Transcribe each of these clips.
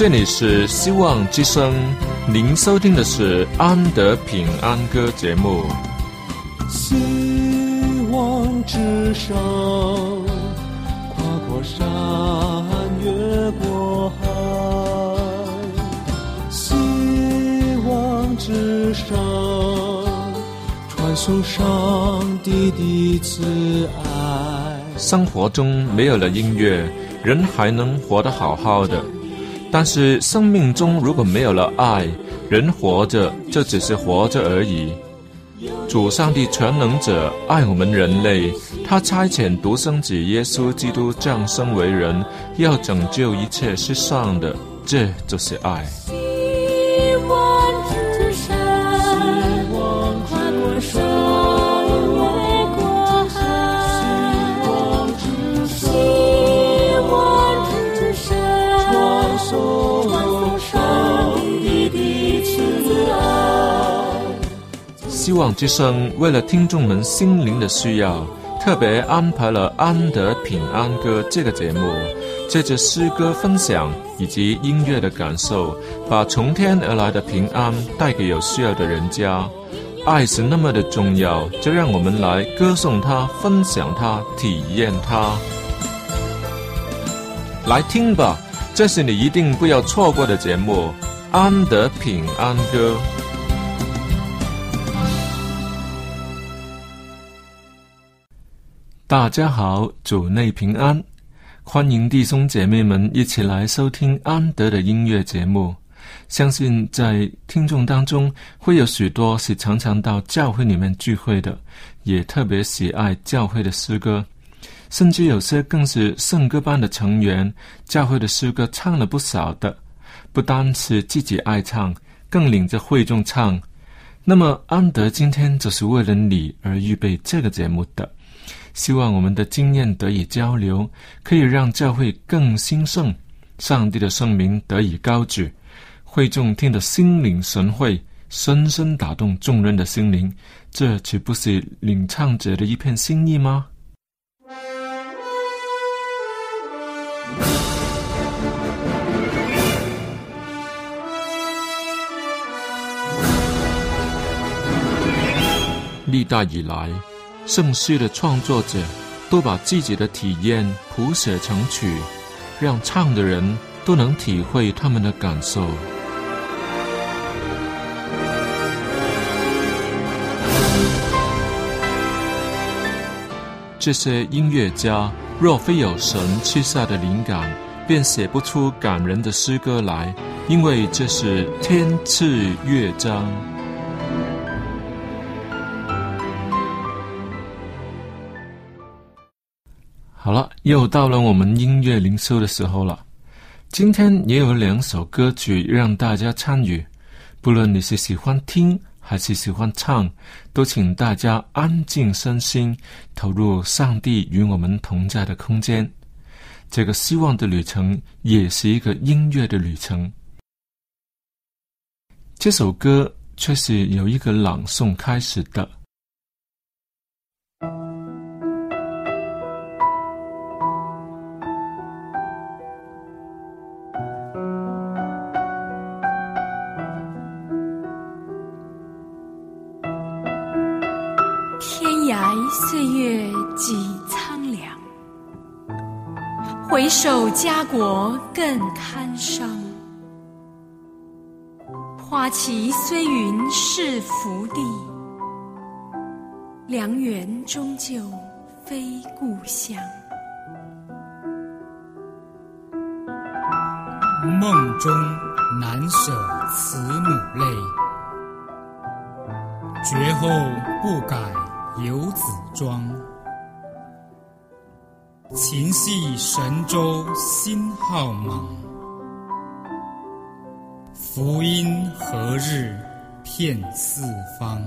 这里是希望之声，您收听的是安德平安歌节目。 希望之声，跨过山，越过海。希望之声，传送上帝的慈爱。 生活中没有了音乐，人还能活得好好的。但是生命中如果没有了爱，人活着就只是活着而已。主上帝全能者爱我们人类，他差遣独生子耶稣基督降生为人，要拯救一切世上的，这就是爱。 希望之声，跨过山，越过海。希望之声，传送上帝的慈爱。 希望之声为了听众们心灵的需要，特别安排了安德平安歌这个节目，借着诗歌分享以及音乐的感受，把从天而来的平安带给有需要的人家。爱是那么的重要，就让我们来歌颂它，分享它，体验它。来听吧，这是你一定不要错过的节目，安德平安歌。大家好，主内平安，欢迎弟兄姐妹们一起来收听安德的音乐节目。相信在听众当中会有许多是常常到教会里面聚会的，也特别喜爱教会的诗歌，甚至有些更是圣歌班的成员，教会的诗歌唱了不少的，不单是自己爱唱，更领着会众唱。那么安德今天就是为了你而预备这个节目的，希望我们的经验得以交流，可以让教会更兴盛，上帝的圣名得以高举，会众听得心领神会，深深打动众人的心灵，这岂不是领唱者的一片心意吗？历代以来，圣诗的创作者都把自己的体验谱写成曲，让唱的人都能体会他们的感受。这些音乐家若非有神赐下的灵感，便写不出感人的诗歌来，因为这是天赐乐章。好了，又到了我们音乐灵修的时候了。今天也有2首歌曲让大家参与，不论你是喜欢听还是喜欢唱，都请大家安静身心，投入上帝与我们同在的空间。这个希望的旅程也是一个音乐的旅程。这首歌却是由一个朗诵开始的。 天涯岁月几苍凉，回首家国更堪伤。花旗虽云是福地，良缘终究非故乡。 梦中难舍慈母泪，绝后不改游子庄。情系神州心浩茫，福音何日遍四方。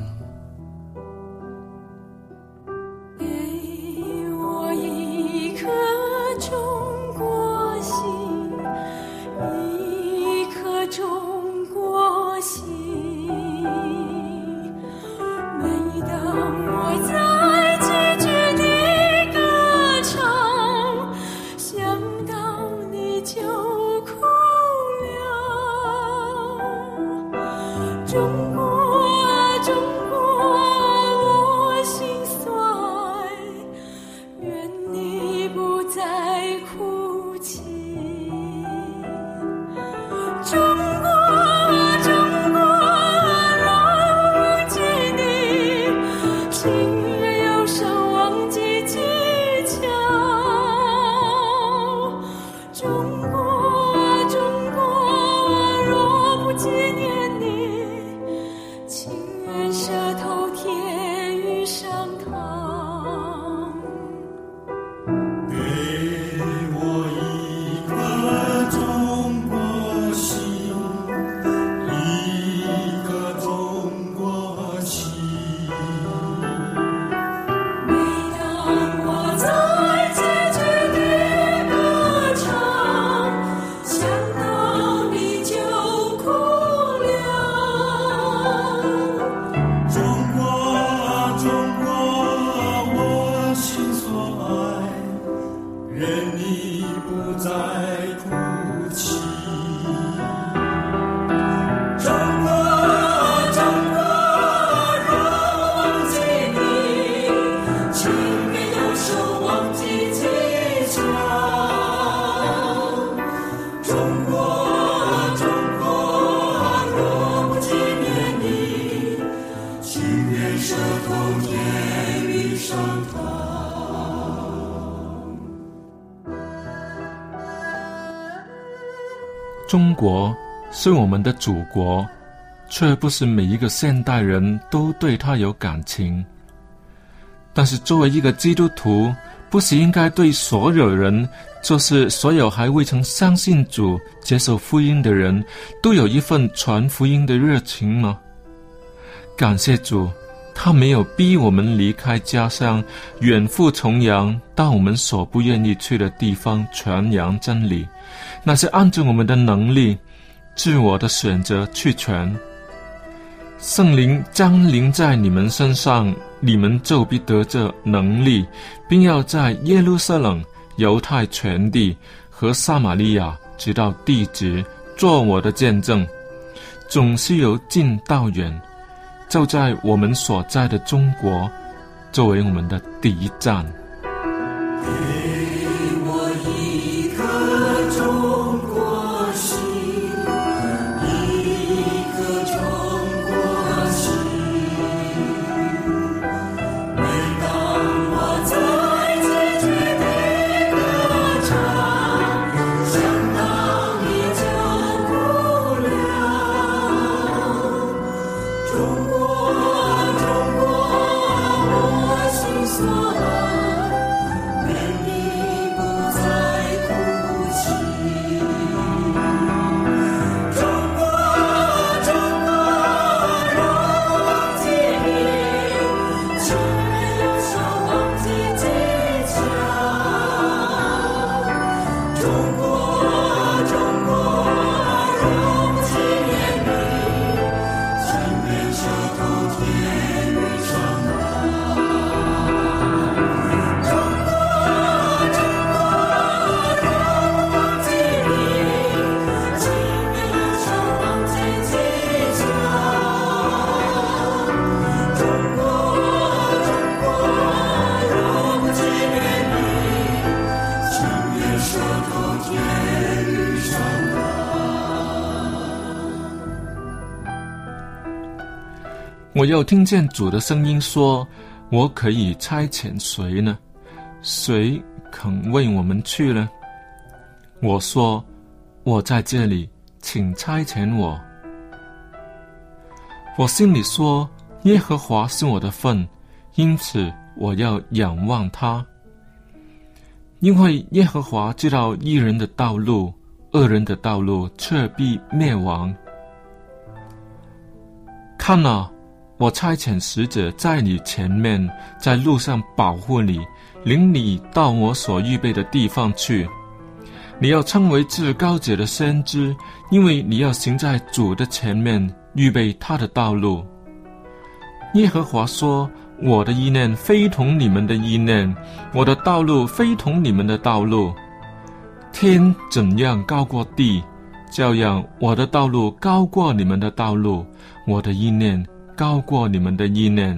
给我一颗中国心，一颗中国心。每当我在几句的歌唱，想到你就哭了。 爱，任你不再哭泣。中国，中国，若忘记你，请别右手忘记技巧。中国，中国，若不纪念你，情愿舌头甜于上膛。 中国是我们的祖国，却不是每一个现代人都对它有感情。但是作为一个基督徒，不是应该对所有人，就是所有还未曾相信主、接受福音的人，都有一份传福音的热情吗？感谢主，他没有逼我们离开家乡，远赴重洋，到我们所不愿意去的地方传扬真理，那是按照我们的能力、自我的选择去传。圣灵降临在你们身上，你们就必得这能力，并要在耶路撒冷、犹太全地和撒玛利亚直到地极做我的见证。总是由近到远，就在我们所在的中国，作为我们的第一站。 给我一颗中国心，一颗中国心。每当我在自己的歌唱，想到你就不了。中国，中国，我心所爱，愿你不再哭泣。中国，中国，若忘记你，情愿右手忘记技巧。中国，中国，若不纪念你，情愿舌头甜于上膛。中国，中国，若不忘记你，情愿右手忘记技巧。中国，中国，若不纪念你，情愿舌头甜于上我又听见主的声音说，我可以差遣谁呢？谁肯为我们去呢？我说，我在这里，请差遣我。我心里说，耶和华是我的份，因此我要仰望他。因为耶和华知道义人的道路，恶人的道路却必灭亡。看啊，我差遣使者在你前面，在路上保护你，领你到我所预备的地方去。你要称为至高者的先知，因为你要行在主的前面，预备他的道路。耶和华说，我的意念非同你们的意念，我的道路非同你们的道路。天怎样高过地，照样我的道路高过你们的道路，我的意念高过你们的意念。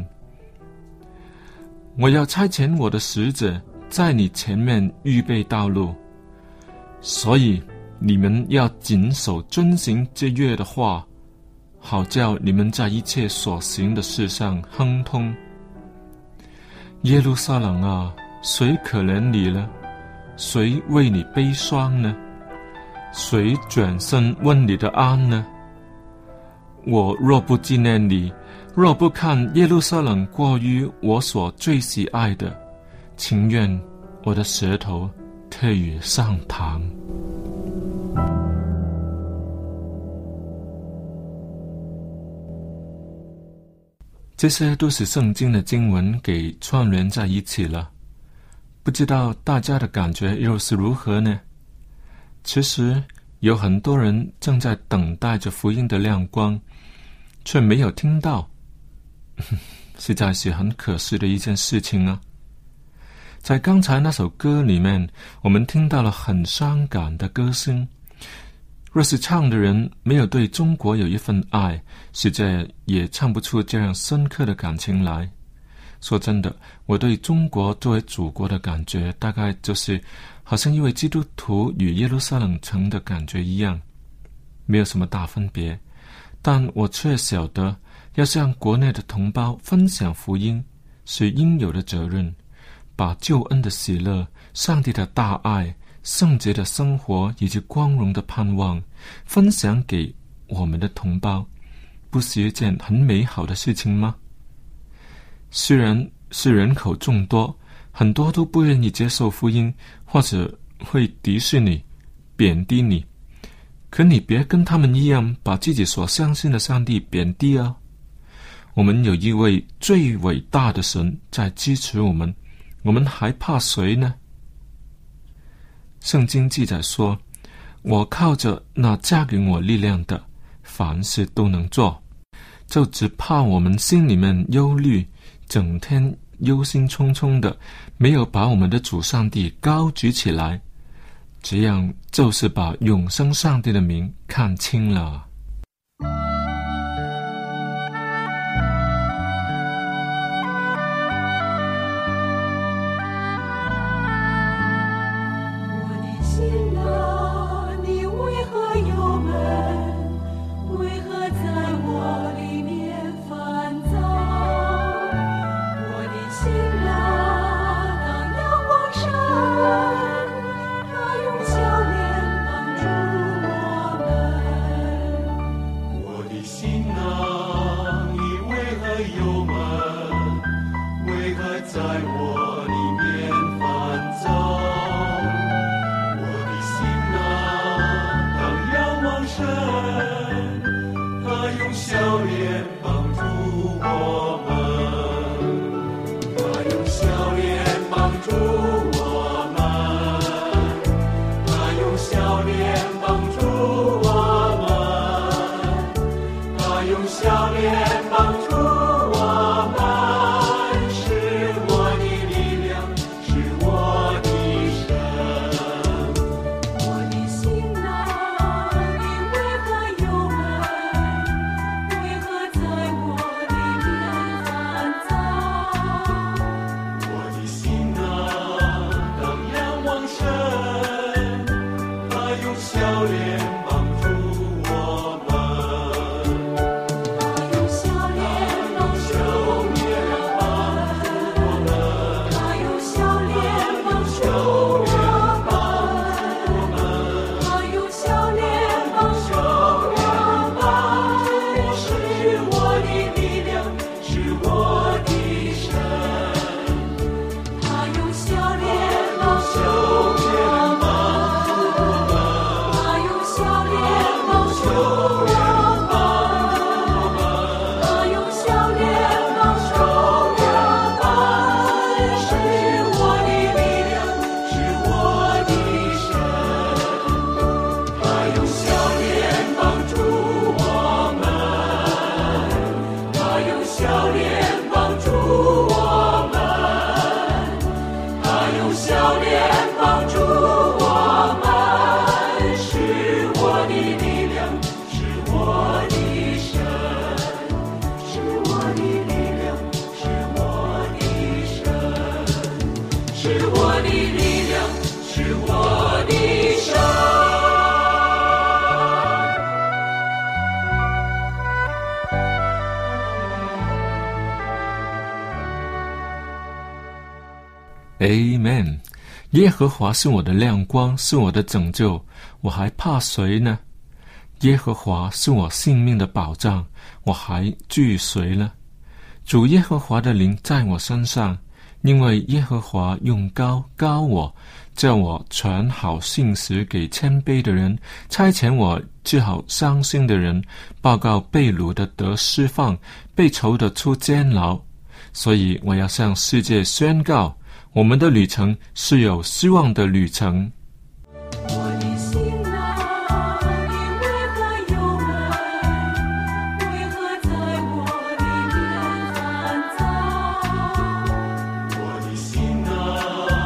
我要差遣我的使者在你前面预备道路，所以你们要谨守遵行这约的话，好叫你们在一切所行的事上亨通。耶路撒冷啊，谁可怜你呢？谁为你悲伤呢？谁转身问你的安呢？我若不纪念你，若不看耶路撒冷过于我所最喜爱的，情愿我的舌头退于上膛。这些都是圣经的经文给串联在一起了，不知道大家的感觉又是如何呢？其实有很多人正在等待着福音的亮光，却没有听到，实在是很可惜的一件事情啊。 在刚才那首歌里面，我们听到了很伤感的歌声。若是唱的人没有对中国有一份爱，实在也唱不出这样深刻的感情来。说真的，我对中国作为祖国的感觉，大概就是好像一位基督徒与耶路撒冷城的感觉一样，没有什么大分别。但我却晓得，要向国内的同胞分享福音是应有的责任，把救恩的喜乐、上帝的大爱、圣洁的生活以及光荣的盼望分享给我们的同胞，不是一件很美好的事情吗？虽然是人口众多，很多都不愿意接受福音，或者会敌视你、贬低你，可你别跟他们一样把自己所相信的上帝贬低啊！我们有一位最伟大的神在支持我们，我们还怕谁呢？圣经记载说，我靠着那加给我力量的，凡事都能做，就只怕我们心里面忧虑，整天忧心忡忡的，没有把我们的主上帝高举起来，这样就是把永生上帝的名看轻了。Amen。 耶和华是我的亮光，是我的拯救，我还怕谁呢？耶和华是我性命的保障，我还惧谁呢？主耶和华的灵在我身上，因为耶和华用膏膏我，叫我传好信实给谦卑的人，差遣我治好伤心的人，报告被掳的得释放，被囚的出监牢。所以我要向世界宣告，我们的旅程是有希望的旅程。 我的心啊，你为何忧闷？为何在我里面烦躁？ 我的心啊，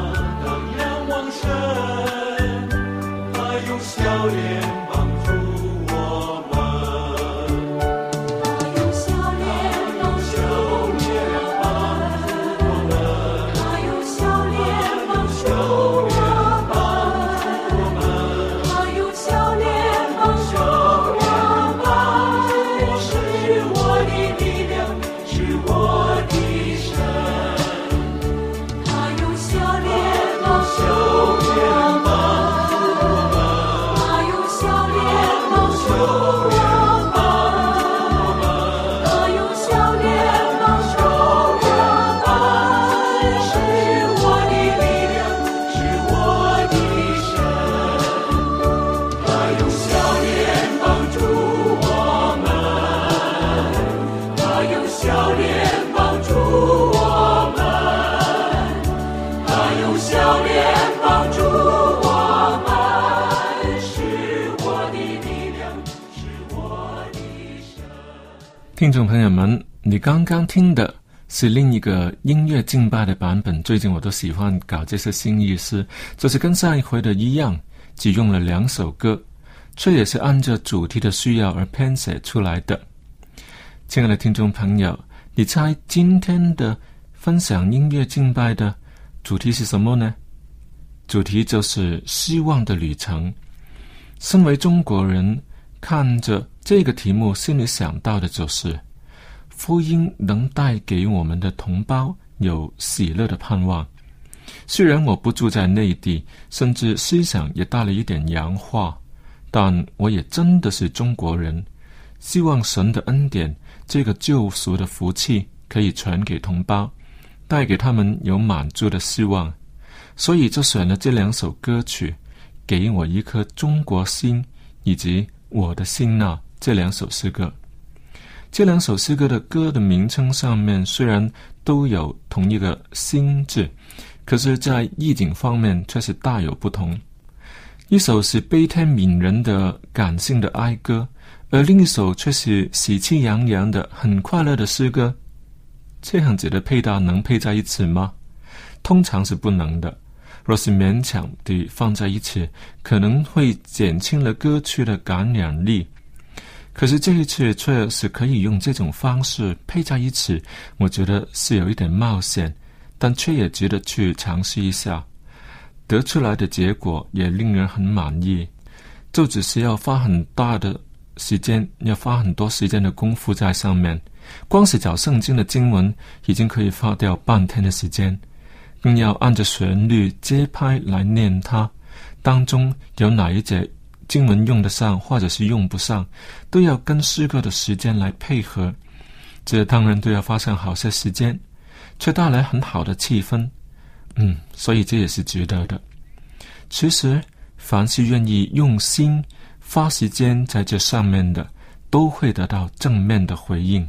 笑脸帮助我们，是我的力量，是我的神。 听众朋友们，你刚刚听的是另一个音乐敬拜的版本。最近我都喜欢搞这些新意思，就是跟上一回的一样，只用了2首歌，却也是按照主题的需要而编写出来的。亲爱的听众朋友，你猜今天的分享音乐敬拜的主题是什么呢？主题就是希望的旅程。身为中国人，看着这个题目，心里想到的就是福音能带给我们的同胞有喜乐的盼望。虽然我不住在内地，甚至思想也带了一点洋化，但我也真的是中国人，希望神的恩典，这个救赎的福气可以传给同胞，带给他们有满足的希望。所以就选了这2首歌曲，给我一颗中国心，以及我的心啊，这2首诗歌。这2首诗歌的歌的名称上面虽然都有同一个心字，可是在意境方面却是大有不同。一首是悲天悯人的感性的哀歌，而另一首却是喜气洋洋的很快乐的诗歌。这样子的配搭能配在一起吗？通常是不能的。若是勉强地放在一起，可能会减轻了歌曲的感染力。可是这一次却是可以用这种方式配在一起，我觉得是有一点冒险，但却也值得去尝试一下。得出来的结果也令人很满意，就只是要花很大的时间，要花很多时间的功夫在上面。光是找圣经的经文已经可以花掉半天的时间，更要按着旋律节拍来念它，当中有哪一节经文用得上或者是用不上，都要跟诗歌的时间来配合。这当然都要花上好些时间，却带来很好的气氛。所以这也是值得的。其实凡是愿意用心花时间在这上面的，都会得到正面的回应。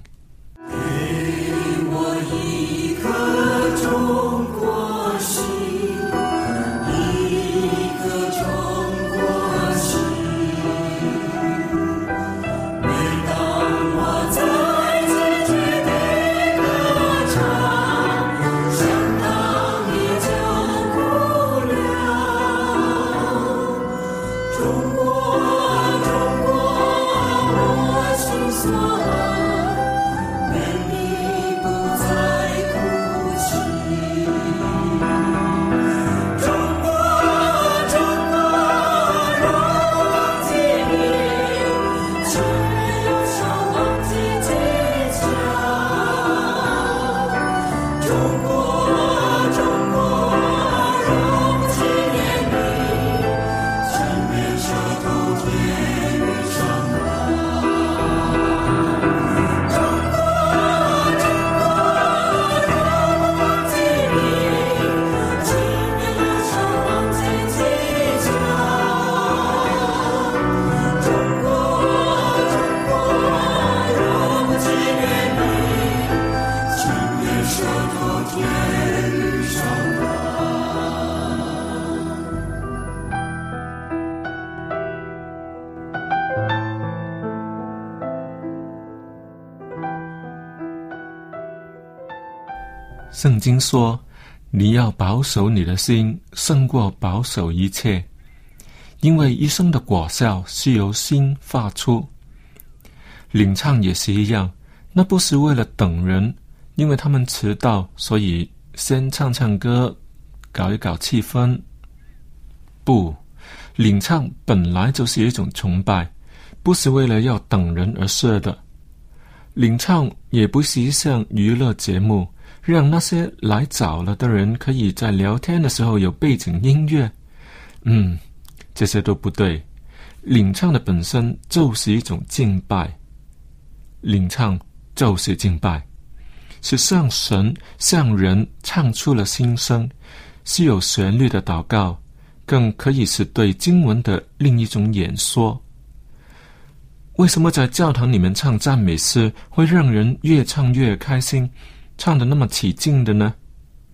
圣经说，你要保守你的心，胜过保守一切，因为一生的果效是由心发出。领唱也是一样，那不是为了等人，因为他们迟到，所以先唱唱歌，搞一搞气氛。不，领唱本来就是一种崇拜，不是为了要等人而设的。领唱也不是一项娱乐节目，让那些来早了的人可以在聊天的时候有背景音乐。这些都不对。领唱的本身就是一种敬拜，领唱就是敬拜，是向神向人唱出了心声，是有旋律的祷告，更可以是对经文的另一种演说。为什么在教堂里面唱赞美诗会让人越唱越开心，唱得那么起劲的呢？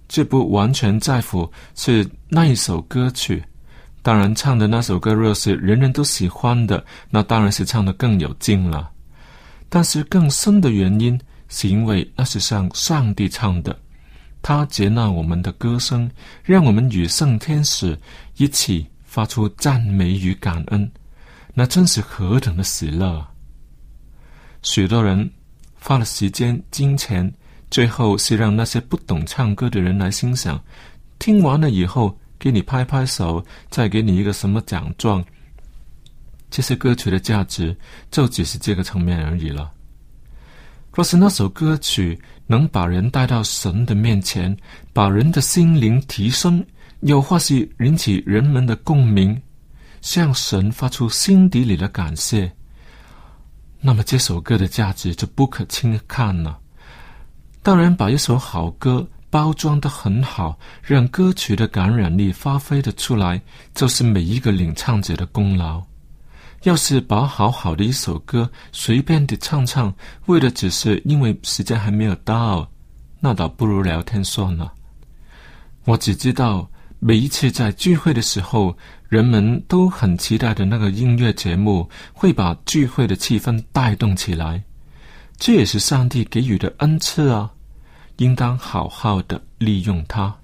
这不完全在乎是那一首歌曲，当然唱的那首歌若是人人都喜欢的，那当然是唱得更有劲了。但是更深的原因是因为那是向上帝唱的，他接纳我们的歌声，让我们与圣天使一起发出赞美与感恩，那真是何等的喜乐。许多人花了时间金钱，最后是让那些不懂唱歌的人来欣赏，听完了以后给你拍拍手，再给你一个什么奖状，这些歌曲的价值就只是这个层面而已了。若是那首歌曲能把人带到神的面前，把人的心灵提升，又或是引起人们的共鸣，向神发出心底里的感谢，那么这首歌的价值就不可轻看了。当然把一首好歌包装得很好，让歌曲的感染力发挥得出来，就是每一个领唱者的功劳。要是把好好的一首歌随便地唱唱，为的只是因为时间还没有到，那倒不如聊天算了。我只知道每一次在聚会的时候，人们都很期待的那个音乐节目会把聚会的气氛带动起来，这也是上帝给予的恩赐啊，应当好好的利用它。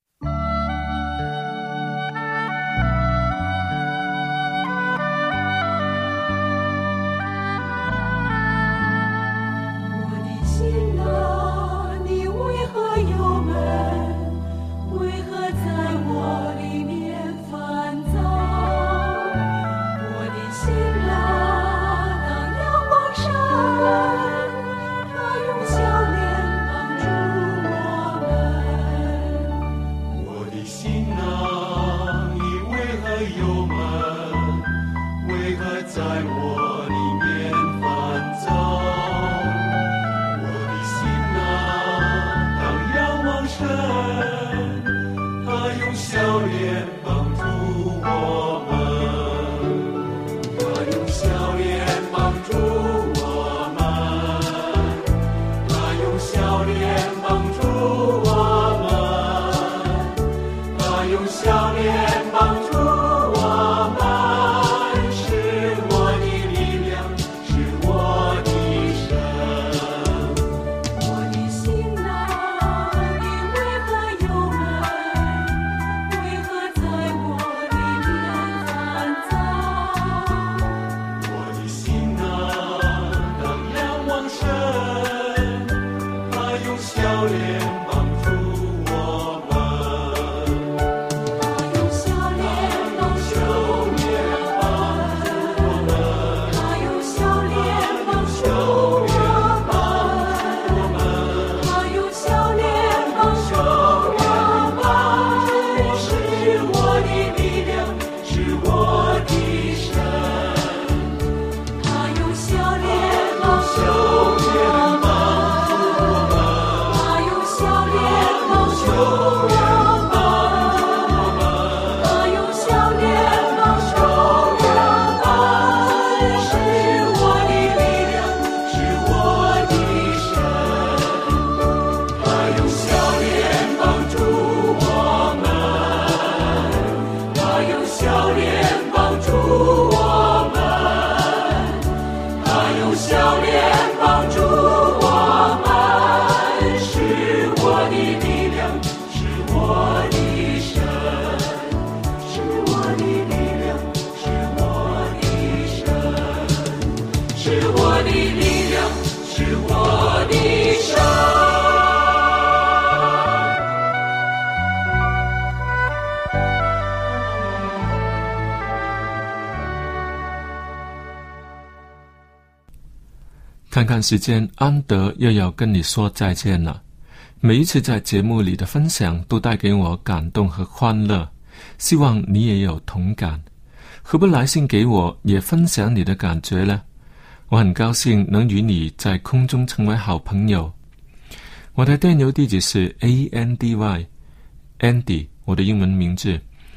看看时间，安德又要跟你说再见了。每一次在节目里的分享都带给我感动和欢乐，希望你也有同感。何不来信给我，也分享你的感觉呢？我很高兴能与你在空中成为好朋友。我的电邮地址是 Andy 我的英文名字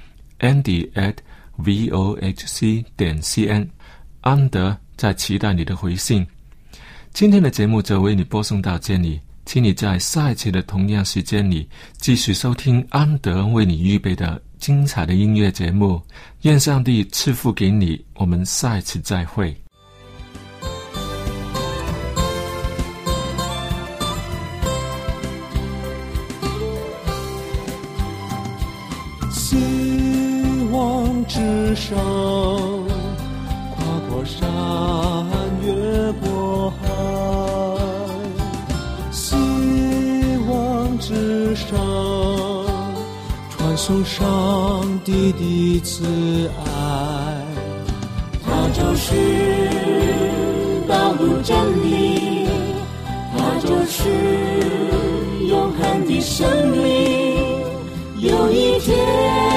Andy@vohc.cn， 安德在期待你的回信。今天的节目就为你播送到这里， 请你在下一期的同样时间里继续收听安德为你预备的精彩的音乐节目。愿上帝赐福给你，我们下一次再会。 希望之上，跨过山，越过海。希望之上，传送上帝的慈爱。 它就是道路真理，它就是永恒的生命。有一天